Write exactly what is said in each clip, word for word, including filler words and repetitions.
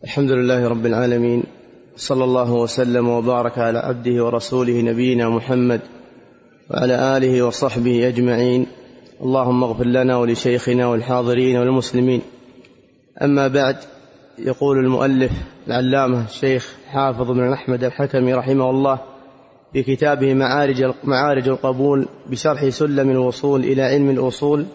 الحمد لله رب العالمين، صلى الله وسلم وبارك على عبده ورسوله نبينا محمد وعلى آله وصحبه أجمعين. اللهم اغفر لنا ولشيخنا والحاضرين والمسلمين. أما بعد، يقول المؤلف العلامة الشيخ حافظ بن أحمد الحكمي رحمه الله في كتابه معارج معارج القبول بشرح سلم الوصول إلى علم الأصول: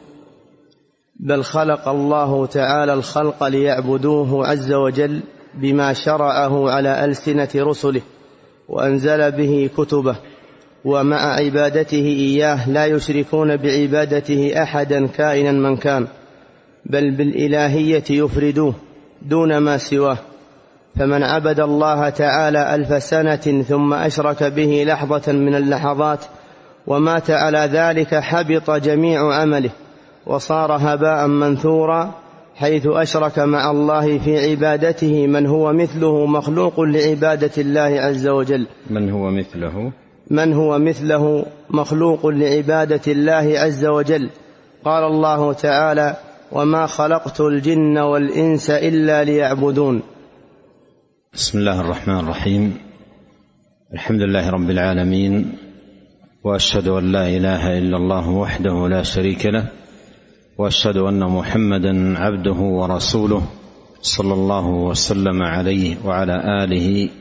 بل خلق الله تعالى الخلق ليعبدوه عز وجل بما شرعه على ألسنة رسله، وأنزل به كتبه، ومع عبادته إياه لا يشركون بعبادته أحدا كائنا من كان، بل بالإلهية يفردوه دون ما سواه. فمن عبد الله تعالى ألف سنة ثم أشرك به لحظة من اللحظات ومات على ذلك حبط جميع عمله وصار هباء منثورا، حيث أشرك مع الله في عبادته من هو مثله مخلوق لعبادة الله عز وجل. من هو مثله من هو مثله مخلوق لعبادة الله عز وجل. قال الله تعالى: وما خلقت الجن والإنس إلا ليعبدون. بسم الله الرحمن الرحيم. الحمد لله رب العالمين، وأشهد أن لا إله إلا الله وحده لا شريك له، وأشهد أن محمدا عبده ورسوله صلى الله وسلم عليه وعلى آله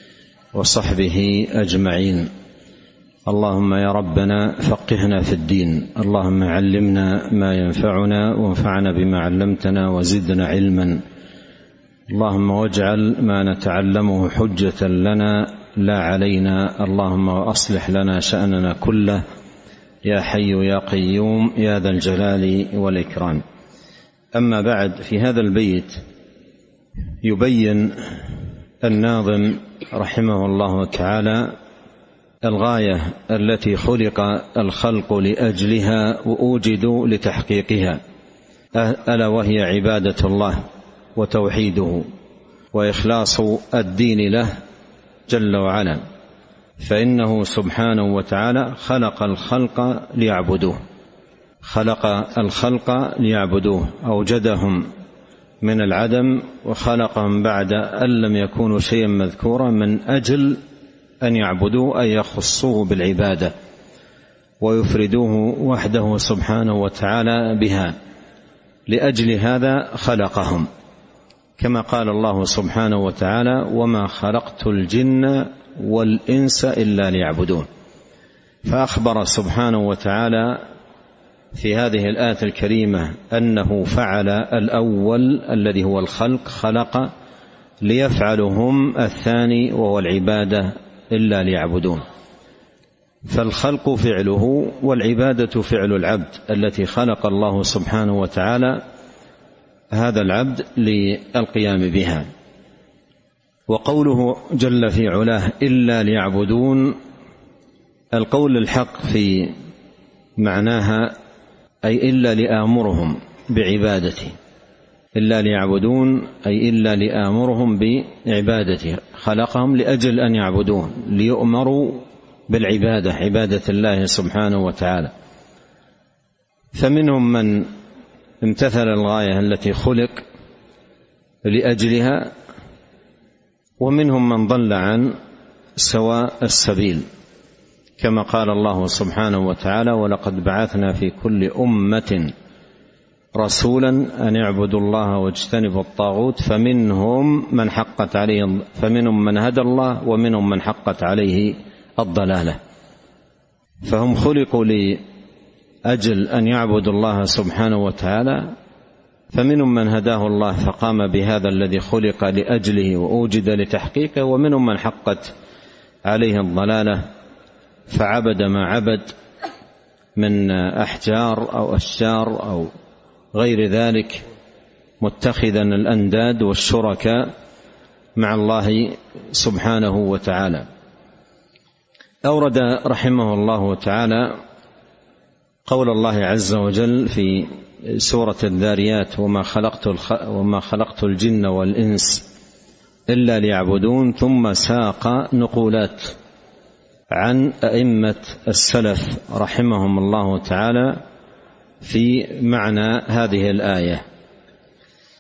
وصحبه أجمعين. اللهم يا ربنا فقهنا في الدين، اللهم علمنا ما ينفعنا وانفعنا بما علمتنا وزدنا علما. اللهم واجعل ما نتعلمه حجة لنا لا علينا، اللهم وأصلح لنا شأننا كله يا حي يا قيوم يا ذا الجلال والإكرام. أما بعد، في هذا البيت يبين الناظم رحمه الله تعالى الغاية التي خلق الخلق لأجلها وأوجدوا لتحقيقها، ألا وهي عبادة الله وتوحيده وإخلاص الدين له جل وعلا، فإنه سبحانه وتعالى خلق الخلق ليعبدوه خلق الخلق ليعبدوه أوجدهم من العدم وخلقهم بعد أن لم يكونوا شيئا مذكورا من أجل أن يعبدوه، أن يخصوه بالعبادة ويفردوه وحده سبحانه وتعالى بها. لأجل هذا خلقهم، كما قال الله سبحانه وتعالى: وما خلقت الجن والإنس إلا ليعبدون. فأخبر سبحانه وتعالى في هذه الآية الكريمة أنه فعل الأول الذي هو الخلق، خلق، ليفعلهم الثاني وهو العبادة إلا ليعبدون. فالخلق فعله والعبادة فعل العبد التي خلق الله سبحانه وتعالى هذا العبد للقيام بها. وقوله جل في علاه إلا ليعبدون، القول الحق في معناها أي إلا لآمرهم بعبادته، إلا ليعبدون أي إلا لآمرهم بعبادته، خلقهم لأجل أن يعبدون، ليؤمروا بالعبادة، عبادة الله سبحانه وتعالى. فمنهم من امتثل الغاية التي خلق لأجلها، ومنهم من ضل عن سواء السبيل، كما قال الله سبحانه وتعالى: ولقد بعثنا في كل أمة رسولا أن يعبدوا الله واجتنبوا الطاغوت فمنهم من حقت عليه فمنهم من هدى الله ومنهم من حقت عليه الضلالة. فهم خلقوا لأجل أن يعبدوا الله سبحانه وتعالى، فمنهم من هداه الله فقام بهذا الذي خلق لأجله وأوجد لتحقيقه، ومنهم من حقت عليه الضلالة فعبد ما عبد من أحجار أو أشجار أو غير ذلك، متخذا الأنداد والشركاء مع الله سبحانه وتعالى. أورد رحمه الله تعالى قول الله عز وجل في سورة الذاريات: وما خلقت, الخ... وما خلقت الجن والإنس إلا ليعبدون، ثم ساق نقولات عن أئمة السلف رحمهم الله تعالى في معنى هذه الآية.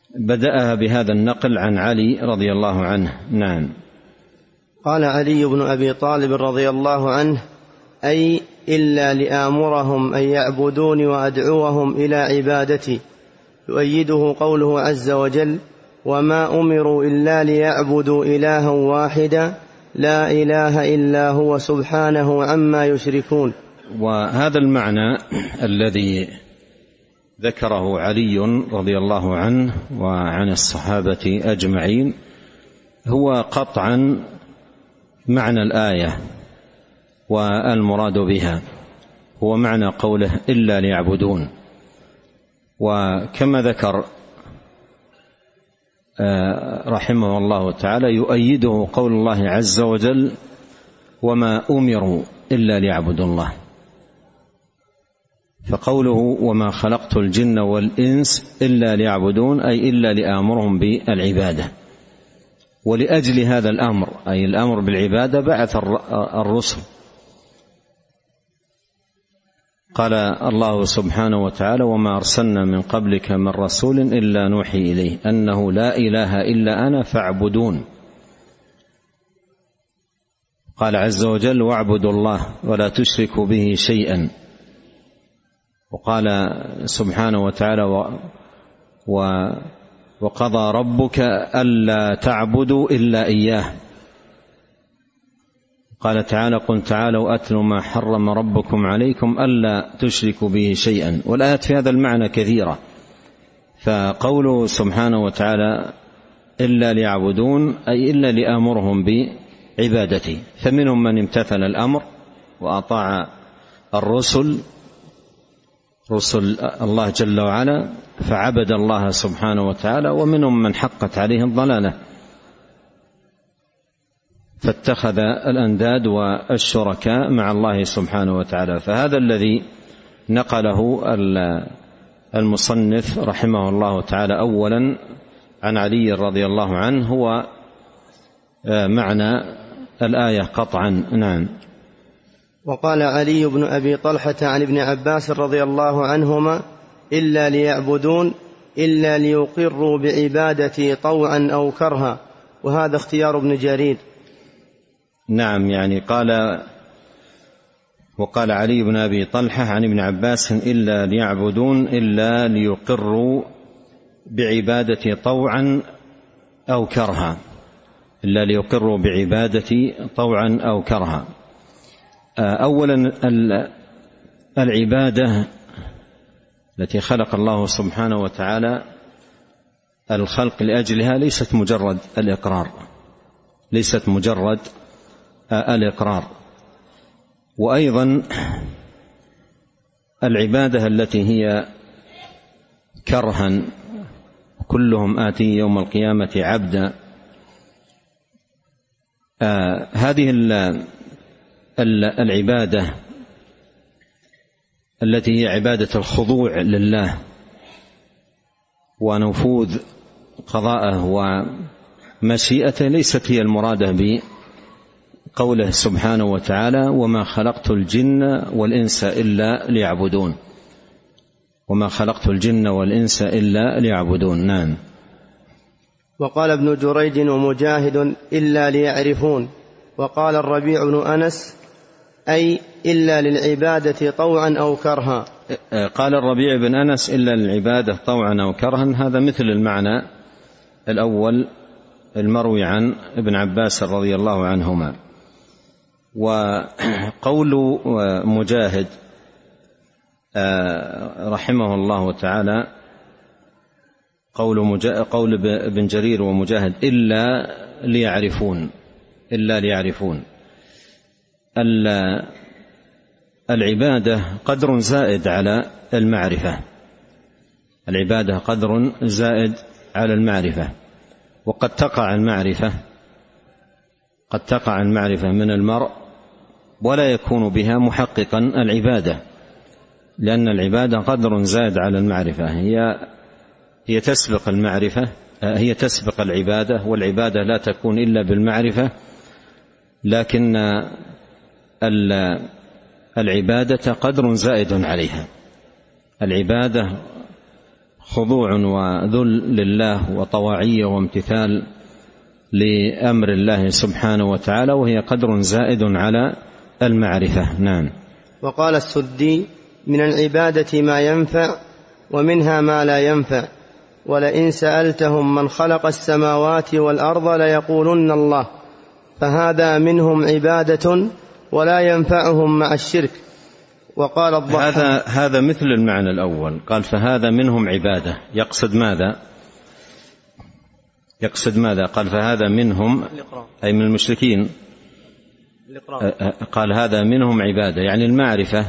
بدأها بهذا النقل عن علي رضي الله عنه. نعم. قال علي بن أبي طالب رضي الله عنه: أي إلا لآمرهم أن يعبدوني وأدعوهم إلى عبادتي. يؤيده قوله عز وجل: وما أمروا إلا ليعبدوا إلها واحدا لا إله إلا هو سبحانه عما يشركون. وهذا المعنى الذي ذكره علي رضي الله عنه وعن الصحابة أجمعين هو قطعا معنى الآية، والمراد بها هو معنى قوله إلا ليعبدون. وكما ذكر رحمه الله تعالى يؤيده قول الله عز وجل: وما أمروا إلا ليعبدوا الله. فقوله وما خلقت الجن والإنس إلا ليعبدون أي إلا لآمرهم بالعبادة. ولأجل هذا الأمر أي الأمر بالعبادة بعث الرسل. قال الله سبحانه وتعالى: وما أرسلنا من قبلك من رسول إلا نوحي إليه أنه لا إله إلا أنا فاعبدون. قال عز وجل: واعبدوا الله ولا تشركوا به شيئا. وقال سبحانه وتعالى: و وقضى ربك ألا تعبدوا إلا إياه. قال تعالى: قل تعالوا أتل ما حرم ربكم عليكم ألا تشركوا به شيئا. والآيات في هذا المعنى كثيرة. فقوله سبحانه وتعالى إلا ليعبدون أي إلا لآمرهم بعبادتي. فمنهم من امتثل الأمر وأطاع الرسل رسل الله جل وعلا فعبد الله سبحانه وتعالى، ومنهم من حقت عليه الضلالة فاتخذ الأنداد والشركاء مع الله سبحانه وتعالى. فهذا الذي نقله المصنف رحمه الله تعالى أولا عن علي رضي الله عنه هو معنى الآية قطعا. نعم. وقال علي بن أبي طلحة عن ابن عباس رضي الله عنهما: إلا ليعبدون إلا ليقروا بعبادتي طوعا أو كرها. وهذا اختيار ابن جرير. نعم، يعني قال وقال علي بن أبي طلحة عن ابن عباس: إلا ليعبدون إلا ليقروا بعبادتي طوعا أو كرها. إلا ليقروا بعبادتي طوعا أو كرها. أولا العبادة التي خلق الله سبحانه وتعالى الخلق لأجلها ليست مجرد الإقرار ليست مجرد الإقرار وأيضا العبادة التي هي كرها كلهم آتي يوم القيامة عبدا. آه هذه العبادة التي هي عبادة الخضوع لله ونفوذ قضاءه ومشيئته ليست هي المرادة بقوله سبحانه وتعالى: وما خلقت الجن والإنس إلا ليعبدون. وما خلقت الجن والإنس إلا ليعبدون. نعم. وقال ابن جريج ومجاهد: إلا ليعرفون. وقال الربيع بن أنس: أي إلا للعبادة طوعا أو كرها. قال الربيع بن أنس: إلا للعبادة طوعا أو كرها. هذا مثل المعنى الأول المروي عن ابن عباس رضي الله عنهما. وقول مجاهد رحمه الله تعالى قول, مجا... قول ابن جرير ومجاهد: إلا ليعرفون إلا ليعرفون. العبادة قدر زائد على المعرفة العبادة قدر زائد على المعرفة وقد تقع المعرفة قد تقع المعرفة من المرء ولا يكون بها محققا العبادة، لأن العبادة قدر زائد على المعرفة. هي هي تسبق المعرفة هي تسبق العبادة، والعبادة لا تكون إلا بالمعرفة، لكن العبادة قدر زائد عليها. العبادة خضوع وذل لله وطواعية وامتثال لأمر الله سبحانه وتعالى، وهي قدر زائد على المعرفة. نعم. وقال السدي: من العبادة ما ينفع ومنها ما لا ينفع، ولئن سألتهم من خلق السماوات والأرض ليقولن الله، فهذا منهم عبادة ولا ينفعهم مع الشرك. وقال الضحاك: هذا هذا مثل المعنى الأول، قال فهذا منهم عبادة، يقصد ماذا؟ يقصد ماذا؟ قال فهذا منهم أي من المشركين، قال هذا منهم عبادة يعني المعرفة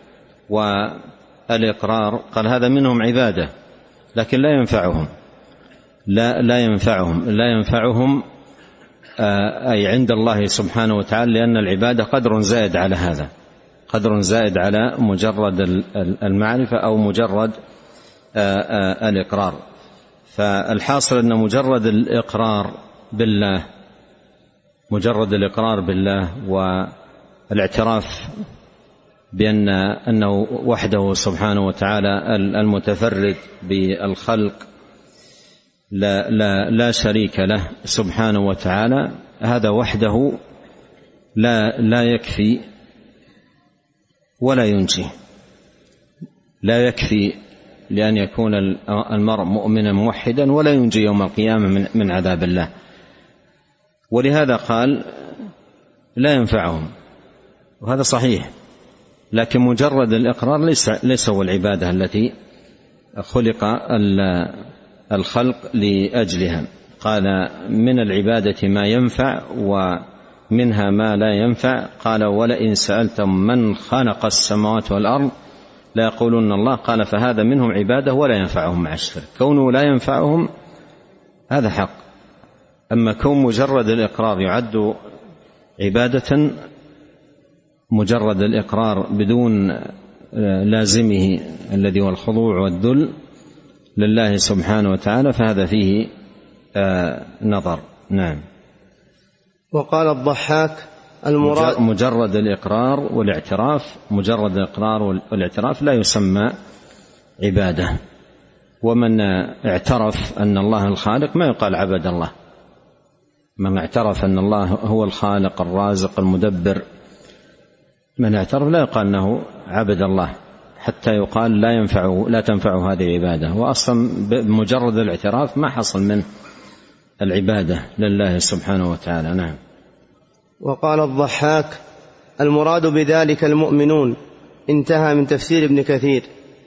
والإقرار، قال هذا منهم عبادة لكن لا ينفعهم، لا لا ينفعهم لا ينفعهم أي عند الله سبحانه وتعالى، لأن العبادة قدر زائد على هذا، قدر زائد على مجرد المعرفة أو مجرد الإقرار. فالحاصل أن مجرد الإقرار بالله مجرد الإقرار بالله والاعتراف بأن أنه وحده سبحانه وتعالى المتفرد بالخلق لا, لا, لا شريك له سبحانه وتعالى، هذا وحده لا, لا يكفي ولا ينجي، لا يكفي لأن يكون المرء مؤمنا موحدا ولا ينجي يوم القيامة من, من عذاب الله. ولهذا قال لا ينفعهم، وهذا صحيح، لكن مجرد الإقرار ليس, ليس هو العبادة التي خلق الخلق لأجلها. قال من العبادة ما ينفع ومنها ما لا ينفع. قال ولئن سألتم من خلق السماوات والأرض لا يقولون الله، قال فهذا منهم عبادة ولا ينفعهم مع الشرك. كونه لا ينفعهم هذا حق، أما كون مجرد الإقرار يعد عبادة، مجرد الإقرار بدون لازمه الذي هو الخضوع والذل لله سبحانه وتعالى، فهذا فيه نظر. نعم. وقال الضحاك: المراد مجرد الإقرار والاعتراف، مجرد الإقرار والاعتراف لا يسمى عبادة، ومن اعترف أن الله الخالق ما يقال عبد الله، من اعترف أن الله هو الخالق الرازق المدبر، من اعترف لا يقال أنه عبد الله حتى يقال لا ينفعه لا تنفعه هذه العبادة، وأصلا بمجرد الاعتراف ما حصل من العبادة لله سبحانه وتعالى. نعم. وقال الضحاك: المراد بذلك المؤمنون. انتهى من تفسير ابن كثير.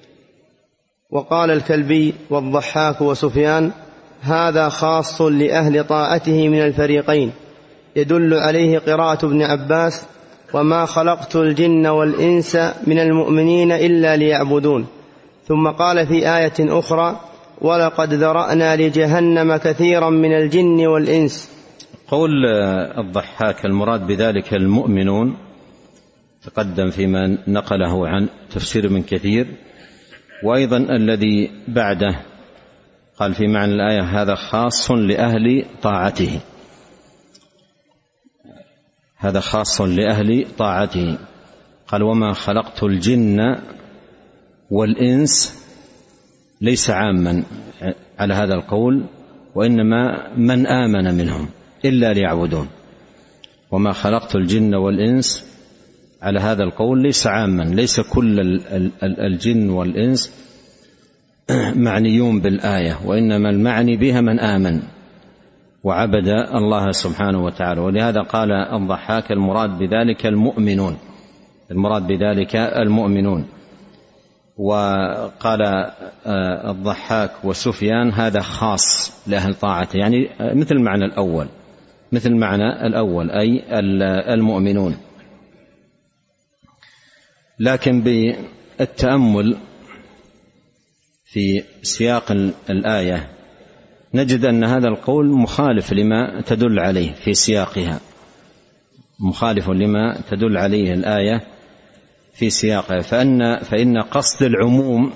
وقال الكلبي والضحاك وسفيان: هذا خاص لأهل طاعته من الفريقين، يدل عليه قراءة ابن عباس: وما خلقت الجن والإنس من المؤمنين إلا ليعبدون. ثم قال في آية أخرى: ولقد ذرأنا لجهنم كثيرا من الجن والإنس. قول الضحاك المراد بذلك المؤمنون تقدم فيما نقله عن تفسير ابن كثير، وأيضا الذي بعده قال في معنى الآية: هذا خاص لأهل طاعته، هذا خاص لأهل طاعته. قال: وما خلقت الجن والإنس ليس عاما على هذا القول، وإنما من آمن منهم إلا ليعبدون. وما خلقت الجن والإنس على هذا القول ليس عاما، ليس كل الجن والإنس معنيون بالآية، وإنما المعني بها من آمن وعبد الله سبحانه وتعالى. ولهذا قال الضحاك: المراد بذلك المؤمنون، المراد بذلك المؤمنون. وقال الضحاك وسفيان: هذا خاص لأهل طاعته، يعني مثل المعنى الأول، مثل المعنى الأول أي المؤمنون. لكن بالتأمل في سياق الآية نجد أن هذا القول مخالف لما تدل عليه في سياقها، مخالف لما تدل عليه الآية في سياقها. فإن, فإن قصد العموم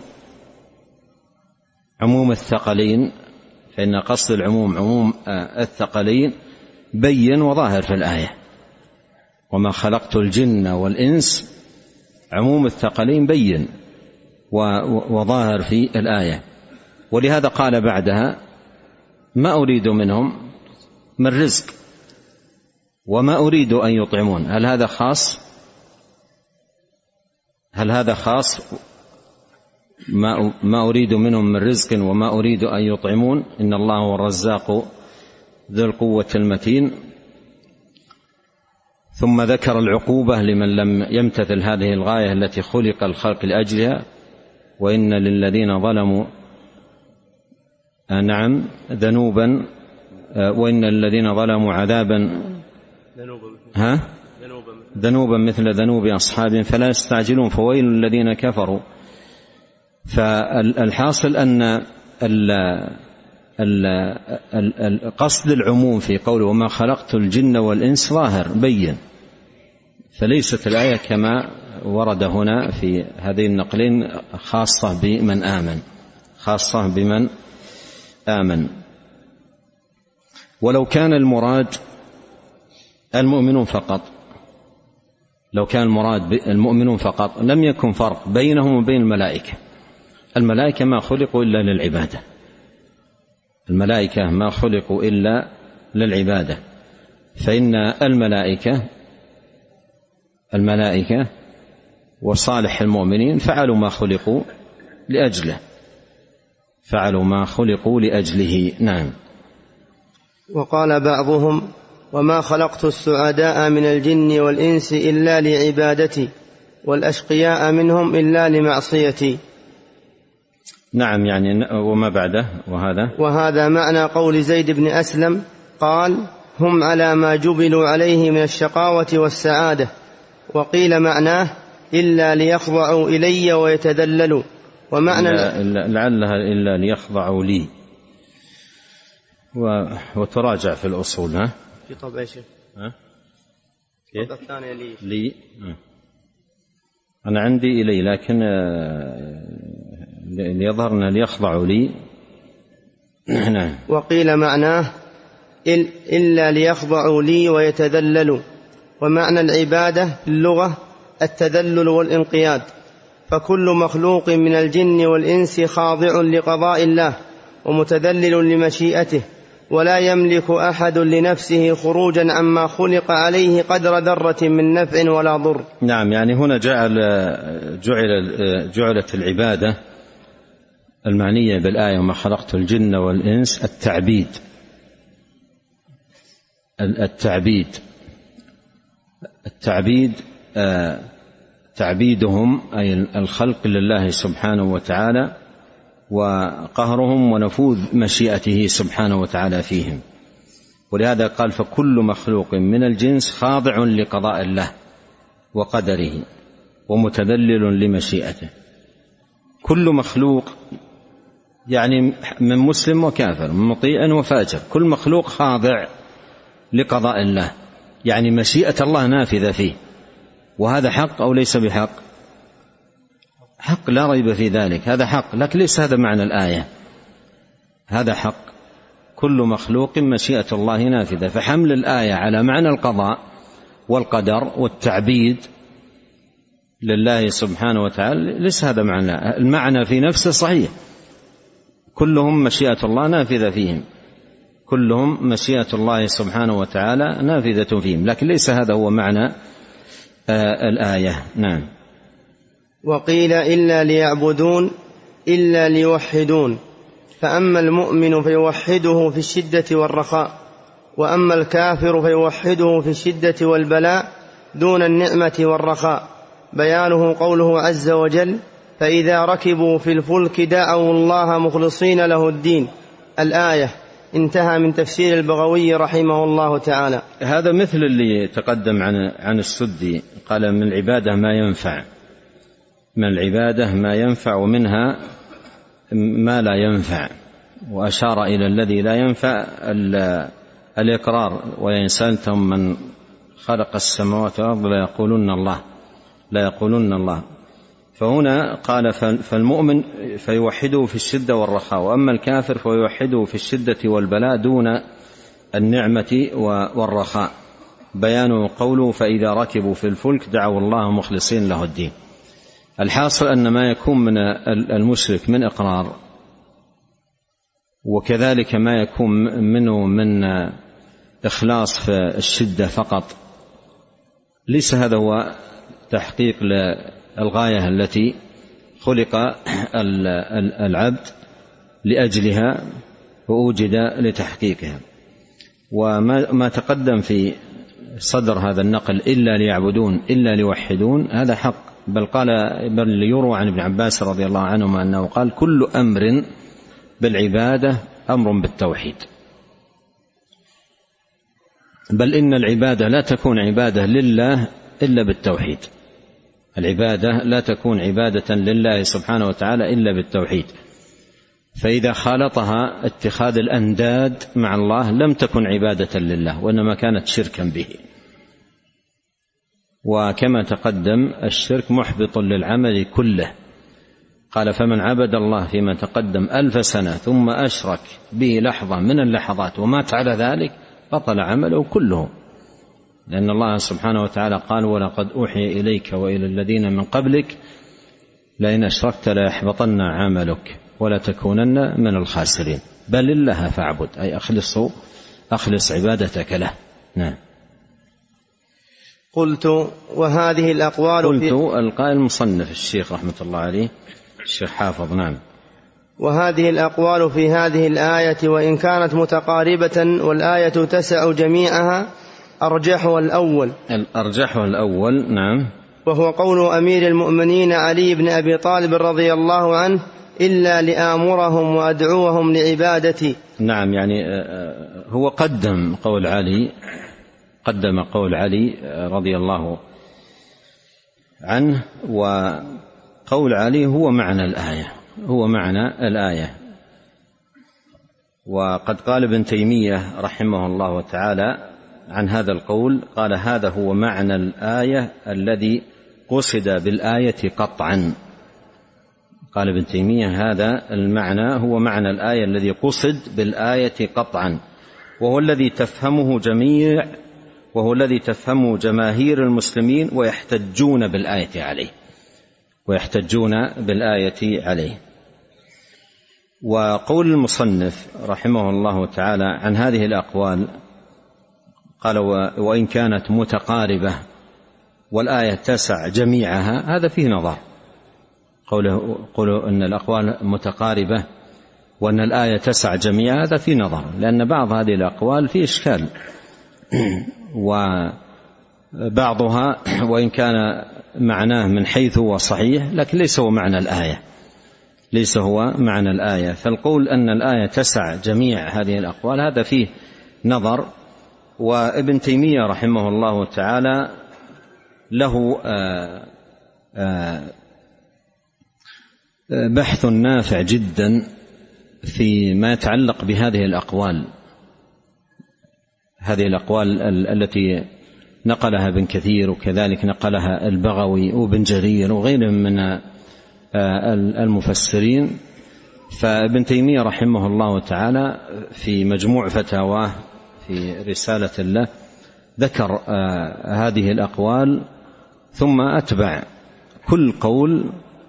عموم الثقلين فإن قصد العموم عموم الثقلين بين وظاهر في الآية. وما خلقت الجن والإنس عموم الثقلين بين وظاهر في الآية. ولهذا قال بعدها ما أريد منهم من رزق وما أريد أن يطعمون. هل هذا خاص هل هذا خاص ما, ما أريد منهم من رزق وما أريد أن يطعمون؟ إن الله هو الرزاق ذو القوة المتين. ثم ذكر العقوبة لمن لم يمتثل هذه الغاية التي خلق الخلق لأجلها، وإن للذين ظلموا نعم ذنوبا وإن الذين ظلموا عذابا ها ذنوبا مثل ذنوب أصحاب فلا يستعجلون فويل الذين كفروا. فالحاصل أن قصد العموم في قوله وما خلقت الجن والإنس ظاهر بين، فليست الآية كما ورد هنا في هذين النقلين خاصة بمن آمن خاصة بمن آمن. ولو كان المراد المؤمنون فقط لو كان المراد المؤمنون فقط لم يكن فرق بينهم وبين الملائكة. الملائكة ما خلقوا إلا للعبادة الملائكة ما خلقوا إلا للعبادة فإن الملائكة الملائكة وصالح المؤمنين فعلوا ما خلقوا لأجله فعلوا ما خلقوا لأجله. نعم. وقال بعضهم وما خلقت السعداء من الجن والإنس إلا لعبادتي والأشقياء منهم إلا لمعصيتي. نعم، يعني وما بعده وهذا وهذا معنى قول زيد بن أسلم قال هم على ما جبلوا عليه من الشقاوة والسعادة. وقيل معناه إلا ليخضعوا إلي ويتذللوا. ومعنى لعلها إلا ليخضعوا لي وتراجع في الأصول. ها في طبع شيء ها طبع الثانية لي, لي. أنا عندي إلي لكن ليظهرنا ليخضعوا لي. نعم. وقيل معناه إلا ليخضعوا لي ويتذللوا. ومعنى العبادة في اللغة التذلل والانقياد. فكل مخلوق من الجن والإنس خاضع لقضاء الله ومتذلل لمشيئته ولا يملك أحد لنفسه خروجا عما خلق عليه قدر ذرة من نفع ولا ضر. نعم، يعني هنا جعل جعل جعلت العبادة المعنية بالآية وما خلقت الجن والإنس التعبيد التعبيد التعبيد تعبيدهم أي الخلق لله سبحانه وتعالى وقهرهم ونفوذ مشيئته سبحانه وتعالى فيهم. ولهذا قال فكل مخلوق من الجنس خاضع لقضاء الله وقدره ومتذلل لمشيئته. كل مخلوق يعني من مسلم وكافر من مطيع وفاجر كل مخلوق خاضع لقضاء الله، يعني مشيئة الله نافذة فيه. وهذا حق أو ليس بحق؟ حق لا ريب في ذلك، هذا حق، لكن ليس هذا معنى الآية. هذا حق كل مخلوق مشيئة الله نافذة. فحمل الآية على معنى القضاء والقدر والتعبيد لله سبحانه وتعالى ليس هذا معنى. المعنى في نفسه صحيح، كلهم مشيئة الله نافذة فيهم كلهم مشيئة الله سبحانه وتعالى نافذة فيهم، لكن ليس هذا هو معنى آه الآية. نعم. وقيل إلا ليعبدون إلا ليوحدون. فأما المؤمن فيوحده في الشدة والرخاء وأما الكافر فيوحده في الشدة والبلاء دون النعمة والرخاء. بيانه قوله عز وجل فإذا ركبوا في الفلك دعوا الله مخلصين له الدين. الآية. انتهى من تفسير البغوي رحمه الله تعالى. هذا مثل اللي تقدم عن عن السدي، قال من العبادة ما ينفع من العبادة ما ينفع ومنها ما لا ينفع، وأشار إلى الذي لا ينفع الإقرار وإن سألتم من خلق السماوات والأرض لا يقولون الله لا يقولون الله. فهنا قال فالمؤمن فيوحده في الشدة والرخاء وأما الكافر فيوحده في الشدة والبلاء دون النعمة والرخاء. بيانه قوله فإذا ركبوا في الفلك دعوا الله مخلصين له الدين. الحاصل أن ما يكون من المشرك من إقرار وكذلك ما يكون منه من إخلاص في الشدة فقط، ليس هذا هو تحقيق للغاية التي خلق العبد لأجلها وأوجد لتحقيقها. وما تقدم في صدر هذا النقل إلا ليعبدون إلا ليوحدون هذا حق، بل قال بل يروى عن ابن عباس رضي الله عنهما أنه قال: كل أمر بالعبادة أمر بالتوحيد. بل إن العبادة لا تكون عبادة لله إلا بالتوحيد، العبادة لا تكون عبادة لله سبحانه وتعالى إلا بالتوحيد، فإذا خالطها اتخاذ الأنداد مع الله لم تكن عبادة لله وإنما كانت شركا به. وكما تقدم الشرك محبط للعمل كله، قال: فمن عبد الله فيما تقدم ألف سنة ثم أشرك به لحظة من اللحظات ومات على ذلك بطل عمله كله، لأن الله سبحانه وتعالى قال: ولقد أوحي إليك وإلى الذين من قبلك لئن أشركت ليحبطن عملك ولا تكونن من الخاسرين. بل الله فاعبد، أي أخلص أخلص عبادتك له. نعم. قلت: وهذه الأقوال قلت القائل المصنف الشيخ رحمة الله عليه الشيخ حافظ. نعم. وهذه الأقوال في هذه الآية وإن كانت متقاربة والآية تسع جميعها أرجحها الأول أرجحها الأول. نعم. وهو قول أمير المؤمنين علي بن أبي طالب رضي الله عنه: إلا لآمرهم وأدعوهم لعبادتي. نعم، يعني هو قدم قول علي قدم قول علي رضي الله عنه، وقول علي هو معنى الآية هو معنى الآية. وقد قال ابن تيمية رحمه الله تعالى عن هذا القول، قال: هذا هو معنى الآية الذي قصد بالآية قطعا. قال ابن تيمية: هذا المعنى هو معنى الآية الذي قصد بالآية قطعا، وهو الذي تفهمه جميع وهو الذي تفهمه جماهير المسلمين ويحتجون بالآية عليه ويحتجون بالآية عليه. وقول المصنف رحمه الله تعالى عن هذه الأقوال قال: وإن كانت متقاربة والآية تسع جميعها، هذا فيه نظر. قوله قوله أن الأقوال متقاربة وأن الآية تسع جميعها، هذا فيه نظر، لأن بعض هذه الأقوال فيه إشكال، وبعضها وإن كان معناه من حيث هو صحيح لكن ليس هو معنى الآية ليس هو معنى الآية. فالقول أن الآية تسع جميع هذه الأقوال هذا فيه نظر. وابن تيمية رحمه الله تعالى له آآ آآ بحث نافع جدا فيما يتعلق بهذه الأقوال هذه الأقوال التي نقلها ابن كثير، وكذلك نقلها البغوي وابن جرير وغيرهم من المفسرين. فابن تيمية رحمه الله تعالى في مجموع فتاواه في رسالة له ذكر هذه الأقوال، ثم أتبع كل قول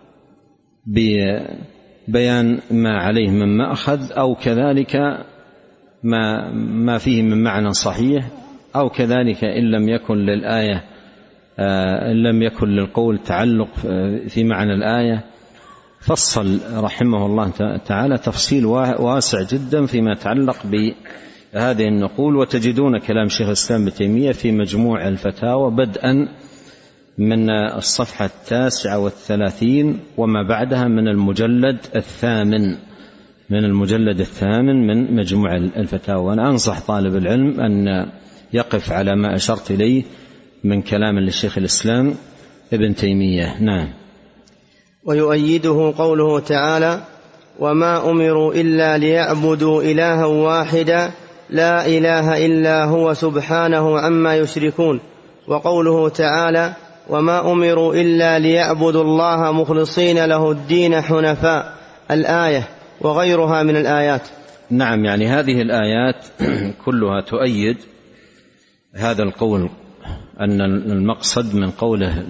ببيان ما عليه من مأخذ، أو كذلك ما ما فيه من معنى صحيح، أو كذلك إن لم يكن للآية إن لم يكن للقول تعلق في معنى الآية، فصل رحمه الله تعالى تفصيل واسع جدا فيما يتعلق بهذه النقول. وتجدون كلام شيخ الإسلام ابن تيمية في مجموع الفتاوى بدءا من الصفحة التاسعة والثلاثين وما بعدها من المجلد الثامن من المجلد الثامن من مجموع الفتاوى. وأنا أنصح طالب العلم أن يقف على ما أشرت إليه من كلام للشيخ الإسلام ابن تيمية. نعم. ويؤيده قوله تعالى: وما أمروا إلا ليعبدوا إلها واحدا لا إله إلا هو سبحانه عما يشركون. وقوله تعالى: وما أمروا إلا ليعبدوا الله مخلصين له الدين حنفاء، الآية وغيرها من الآيات. نعم، يعني هذه الآيات كلها تؤيد هذا القول، أن المقصد من قوله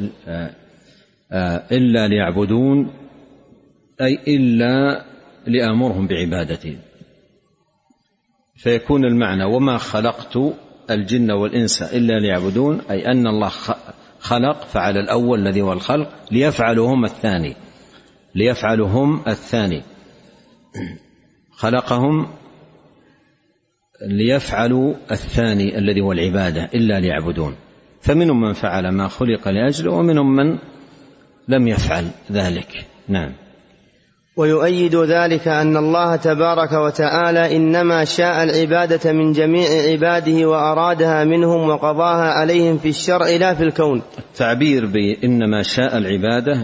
إلا ليعبدون أي إلا لآمرهم بعبادته، فيكون المعنى وما خلقت الجن والإنس إلا ليعبدون، أي أن الله خلق فعل الأول الذي هو الخلق ليفعلوا هم الثاني ليفعلوا هم الثاني خلقهم ليفعلوا الثاني الذي هو العبادة إلا ليعبدون. فمنهم من فعل ما خلق لأجله ومنهم من لم يفعل ذلك. نعم. ويؤيد ذلك أن الله تبارك وتعالى إنما شاء العبادة من جميع عباده وأرادها منهم وقضاها عليهم في الشرع لا في الكون. التعبير بإنما شاء العبادة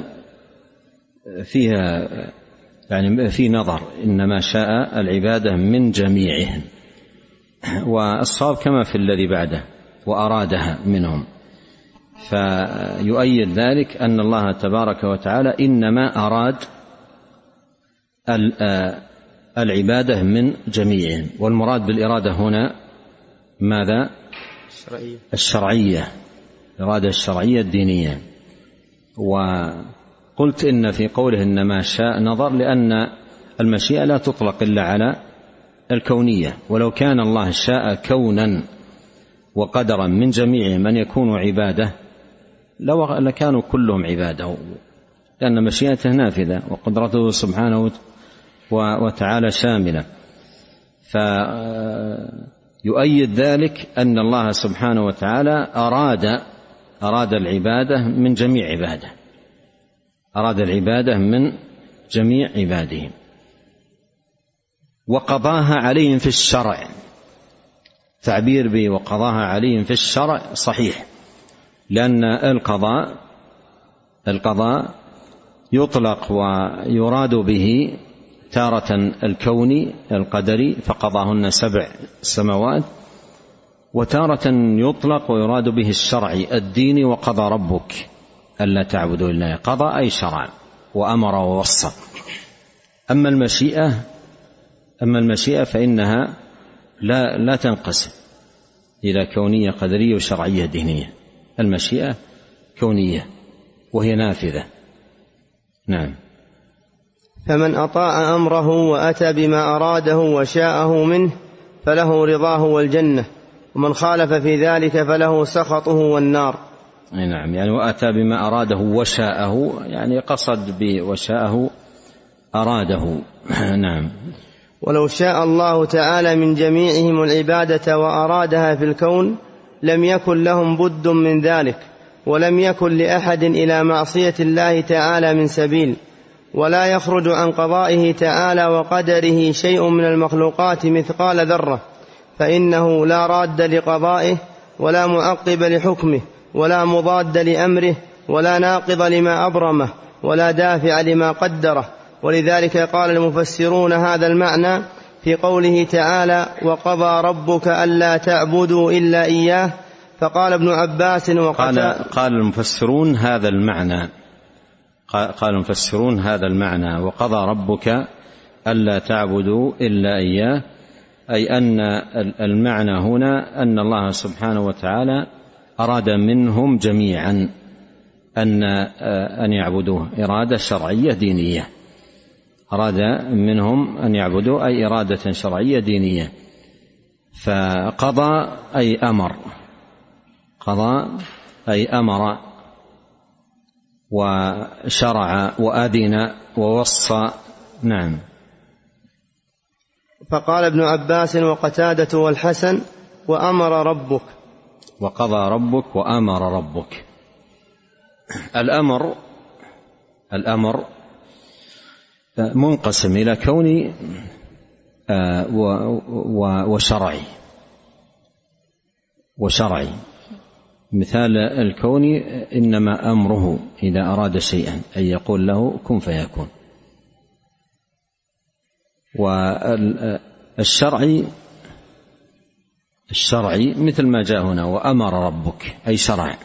فيها يعني في نظر، إنما شاء العبادة من جميعهم، والصواب كما في الذي بعده وأرادها منهم. فيؤيد ذلك أن الله تبارك وتعالى إنما أراد العبادة من جميعهم، والمراد بالإرادة هنا ماذا؟ الشرعية الشرعية الإرادة الشرعية الدينية. وقلت إن في قوله إنما شاء نظر، لأن المشيئة لا تطلق إلا على الكونية، ولو كان الله شاء كونا وقدرا من جميع من يكون عباده لكانوا كلهم عباده، لأن مشيئته نافذة وقدرته سبحانه وتعالى شاملة. فيؤيد ذلك أن الله سبحانه وتعالى أراد أراد العبادة من جميع عباده أراد العبادة من جميع عباده وقضاها عليهم في الشرع. تعبير به وقضاها عليهم في الشرع صحيح، لأن القضاء القضاء يطلق ويراد به تارة الكوني القدري فقضاهن سبع سماوات، وتارة يطلق ويراد به الشرعي الديني وقضى ربك ألا تعبدوا إلا إياه. قضى أي شرع وأمر ووصى. أما المشيئة أما المشيئة فإنها لا لا تنقسم إلى كونية قدرية وشرعية دينية. المشيئة كونية وهي نافذة. نعم. فمن أطاع أمره وأتى بما أراده وشاءه منه فله رضاه والجنة، ومن خالف في ذلك فله سخطه والنار. نعم، يعني وأتى بما أراده وشاءه، يعني قصد بوشاءه أراده. نعم. ولو شاء الله تعالى من جميعهم العبادة وأرادها في الكون لم يكن لهم بد من ذلك، ولم يكن لأحد إلى معصية الله تعالى من سبيل، ولا يخرج عن قضائه تعالى وقدره شيء من المخلوقات مثقال ذرة، فإنه لا راد لقضائه ولا معقب لحكمه ولا مضاد لأمره ولا ناقض لما أبرمه ولا دافع لما قدره. ولذلك قال المفسرون هذا المعنى في قوله تعالى وقضى ربك ألا تعبدوا إلا إياه. فقال ابن عباس قال, قال المفسرون هذا المعنى قال المفسرون هذا المعنى وقضى ربك ألا تعبدوا إلا إياه، أي أن المعنى هنا أن الله سبحانه وتعالى أراد منهم جميعا أن أن يعبدوه إرادة شرعية دينية. أراد منهم أن يعبدوا أي إرادة شرعية دينية. فقضى أي أمر قضى أي أمر وشرع وأذن ووصى. نعم. فقال ابن عباس وقتادة والحسن وأمر ربك وقضى ربك وأمر ربك. الأمر الأمر منقسم إلى كوني وشرعي وشرعي. مثال الكوني إنما أمره إذا أراد شيئا أن يقول له كن فيكون. والشرعي الشرعي مثل ما جاء هنا وأمر ربك أي شرع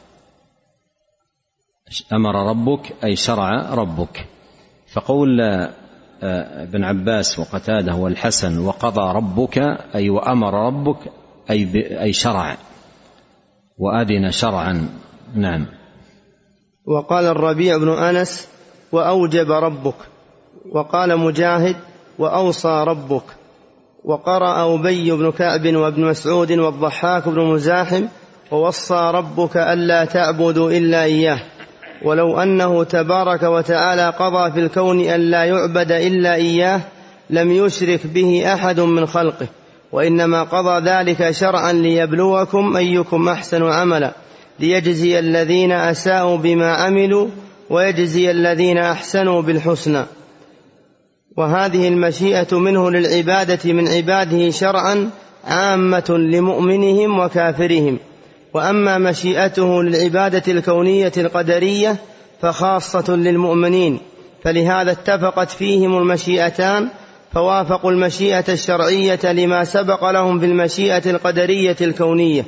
أمر ربك أي شرع ربك. فقول ابن عباس وقتاده والحسن وقضى ربك أي وأمر ربك أي, أي شرع وأذن شرعا. نعم. وقال الربيع بن أنس وأوجب ربك، وقال مجاهد وأوصى ربك، وقرأ أبي بن كعب وابن مسعود والضحاك بن مزاحم: ووصى ربك ألا تعبدوا إلا إياه. ولو أنه تبارك وتعالى قضى في الكون ألا يعبد إلا إياه لم يشرك به أحد من خلقه، وإنما قضى ذلك شرعا ليبلوكم أيكم أحسن عملا، ليجزي الذين أساءوا بما عملوا ويجزي الذين أحسنوا بالحسنى. وهذه المشيئة منه للعبادة من عباده شرعا عامة لمؤمنهم وكافرهم، وأما مشيئته للعبادة الكونية القدرية فخاصة للمؤمنين، فلهذا اتفقت فيهم المشيئتان، فوافقوا المشيئة الشرعية لما سبق لهم في المشيئة القدرية الكونية.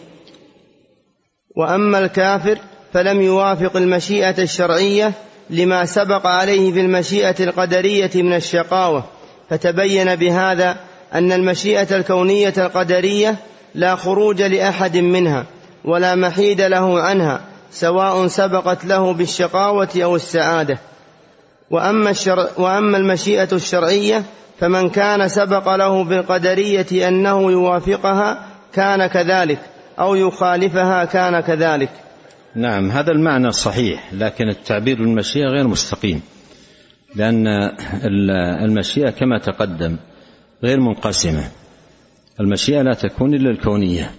وأما الكافر فلم يوافق المشيئة الشرعية لما سبق عليه في المشيئة القدرية من الشقاوة. فتبين بهذا أن المشيئة الكونية القدرية لا خروج لأحد منها ولا محيد له عنها، سواء سبقت له بالشقاوة أو السعادة. وأما, الشرع وأما المشيئة الشرعية فمن كان سبق له بالقدرية أنه يوافقها كان كذلك، أو يخالفها كان كذلك. نعم، هذا المعنى صحيح، لكن التعبير بالمشيئة غير مستقيم، لأن المشيئة كما تقدم غير منقسمة. المشيئة لا تكون إلا الكونية،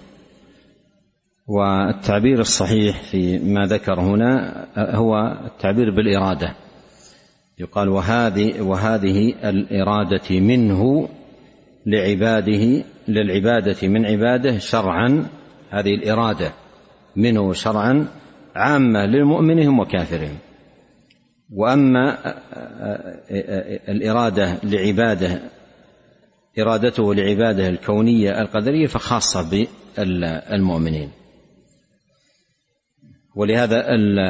والتعبير الصحيح في ما ذكر هنا هو التعبير بالإرادة. يقال وهذه, وهذه الإرادة منه لعباده للعبادة من عباده شرعا، هذه الإرادة منه شرعا عامة للمؤمنهم وكافرهم. وأما الإرادة لعباده إرادته لعباده الكونية القدرية فخاصة بالمؤمنين. ولهذا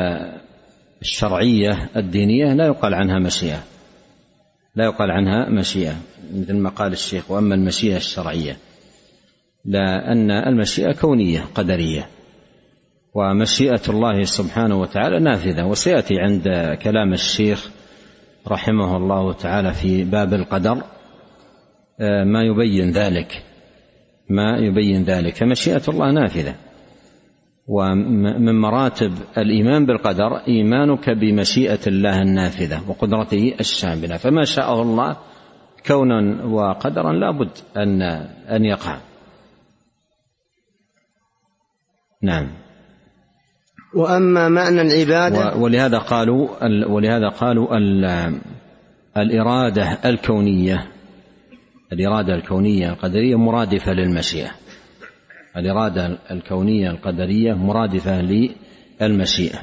الشرعية الدينية لا يقال عنها مشيئة، لا يقال عنها مشيئة مثل ما قال الشيخ وأما المشيئة الشرعية، لأن المشيئة كونية قدرية، ومشيئة الله سبحانه وتعالى نافذة. وسيأتي عند كلام الشيخ رحمه الله تعالى في باب القدر ما يبين ذلك ما يبين ذلك فمشيئة الله نافذة. ومن مراتب الإيمان بالقدر إيمانك بمشيئة الله النافذة وقدرته الشاملة، فما شاءه الله كونا وقدرا لا بد أن أن يقع. نعم. وأما معنى العبادة ولهذا قالوا ولهذا قالوا الإرادة الكونية الإرادة الكونية القدرية مرادفة للمشيئة. الإرادة الكونية القدرية مرادفة للمشيئة.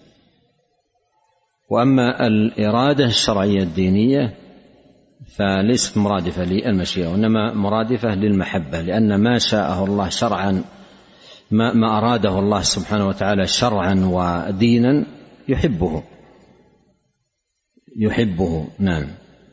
وأما الإرادة الشرعية الدينية فليست مرادفة للمشيئة، وإنما مرادفة للمحبة، لأن ما شاءه الله شرعا ما, ما أراده الله سبحانه وتعالى شرعا ودينا يحبه يحبه نعم.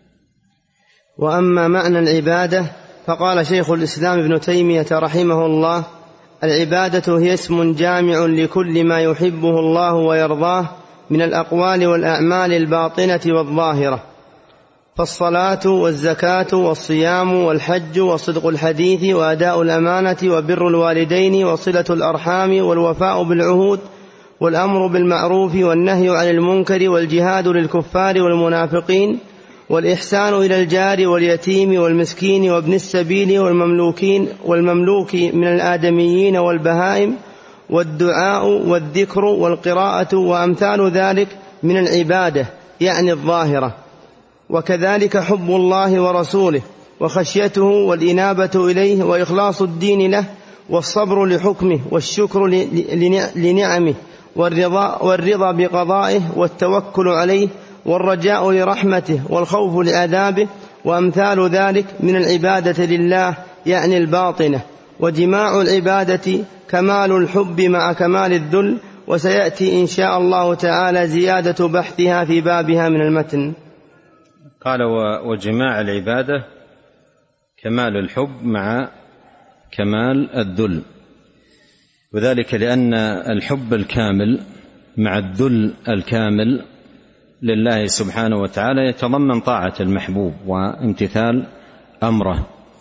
وأما معنى العبادة فقال شيخ الإسلام ابن تيمية رحمه الله: العبادة هي اسم جامع لكل ما يحبه الله ويرضاه من الأقوال والأعمال الباطنة والظاهرة، فالصلاة والزكاة والصيام والحج وصدق الحديث وأداء الأمانة وبر الوالدين وصلة الأرحام والوفاء بالعهود والأمر بالمعروف والنهي عن المنكر والجهاد للكفار والمنافقين والإحسان إلى الجار واليتيم والمسكين وابن السبيل والمملوكين والمملوك من الآدميين والبهائم والدعاء والذكر والقراءة وأمثال ذلك من العبادة يعني الظاهرة. وكذلك حب الله ورسوله وخشيته والإنابة إليه وإخلاص الدين له والصبر لحكمه والشكر لنعمه والرضا, والرضا بقضائه والتوكل عليه والرجاء لرحمته والخوف لعذابه وأمثال ذلك من العبادة لله يعني الباطنة. وجماع العبادة كمال الحب مع كمال الذل، وسيأتي إن شاء الله تعالى زيادة بحثها في بابها من المتن. قال وجماع العبادة كمال الحب مع كمال الذل، وذلك لأن الحب الكامل مع الذل الكامل لله سبحانه وتعالى يتضمن طاعة المحبوب وامتثال أمره،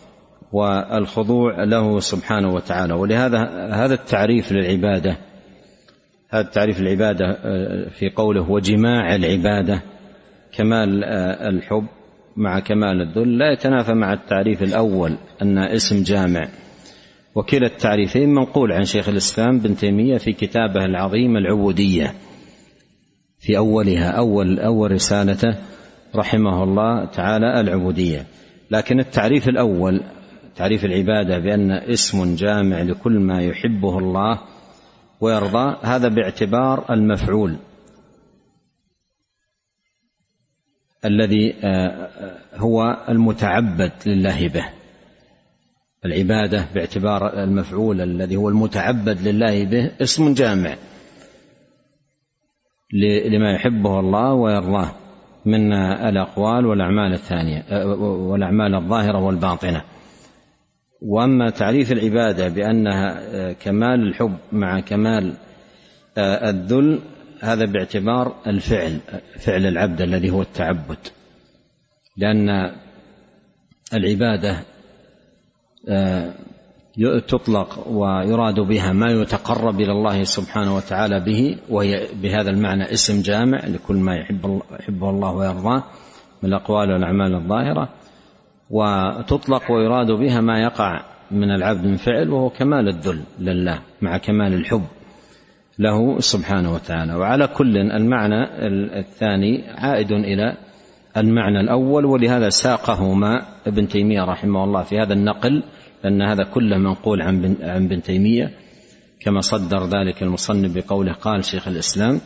والخضوع له سبحانه وتعالى. ولهذا هذا التعريف للعبادة، هذا التعريف للعبادة في قوله وجماع العبادة كمال الحب مع كمال الذل لا يتنافى مع التعريف الأول أن اسم جامع، وكلا التعريفين منقول عن شيخ الإسلام ابن تيمية في كتابه العظيم العبودية في أولها أول, أول رسالته رحمه الله تعالى العبودية. لكن التعريف الأول تعريف العبادة بأن اسم جامع لكل ما يحبه الله ويرضى، هذا باعتبار المفعول الذي هو المتعبد لله به. العبادة باعتبار المفعول الذي هو المتعبد لله به اسم جامع لما يحبه الله ويرضاه من الأقوال والأعمال الثانية والأعمال الظاهرة والباطنة. وأما تعريف العبادة بأنها كمال الحب مع كمال الذل، هذا باعتبار الفعل فعل العبد الذي هو التعبد، لأن العبادة تطلق ويراد بها ما يتقرب إلى الله سبحانه وتعالى به، وهي بهذا المعنى اسم جامع لكل ما يحبه الله ويرضاه من الأقوال والأعمال الظاهرة، وتطلق ويراد بها ما يقع من العبد من فعل وهو كمال الذل لله مع كمال الحب له سبحانه وتعالى. وعلى كل المعنى الثاني عائد إلى المعنى الأول، ولهذا ساقهما ابن تيمية رحمه الله في هذا النقل، لأن هذا كله منقول عن ابن تيمية كما صدر ذلك المصنف بقوله قال شيخ الإسلام.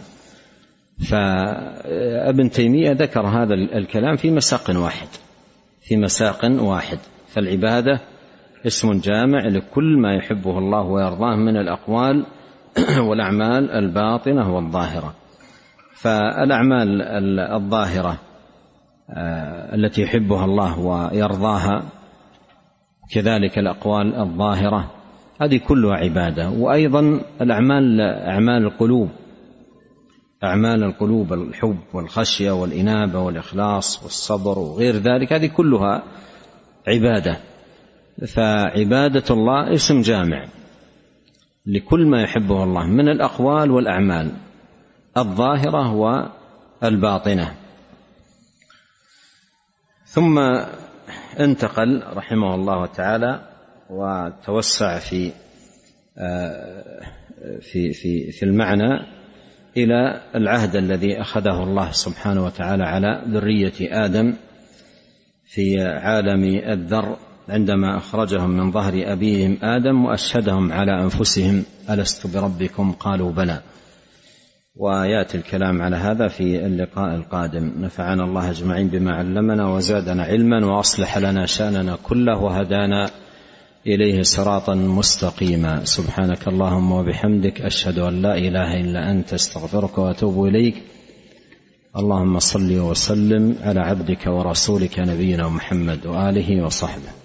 فابن تيمية ذكر هذا الكلام في مساق واحد في مساق واحد فالعبادة اسم جامع لكل ما يحبه الله ويرضاه من الأقوال والأعمال الباطنة والظاهرة. فالأعمال الظاهرة التي يحبها الله ويرضاها كذلك الأقوال الظاهرة هذه كلها عبادة. وأيضا الأعمال أعمال القلوب أعمال القلوب الحب والخشية والإنابة والإخلاص والصبر وغير ذلك هذه كلها عبادة. فعبادة الله اسم جامع لكل ما يحبه الله من الأقوال والأعمال الظاهرة والباطنة. ثم انتقل رحمه الله تعالى وتوسع في في في في المعنى إلى العهد الذي أخذه الله سبحانه وتعالى على ذرية آدم في عالم الذر عندما أخرجهم من ظهر أبيهم آدم وأشهدهم على أنفسهم ألست بربكم قالوا بلى. ويأتي الكلام على هذا في اللقاء القادم. نفعنا الله أجمعين بما علمنا وزادنا علما وأصلح لنا شأننا كله وهدانا إليه صراطا مستقيما. سبحانك اللهم وبحمدك أشهد أن لا إله إلا أنت استغفرك وأتوب إليك. اللهم صل وسلم على عبدك ورسولك نبينا محمد وآله وصحبه.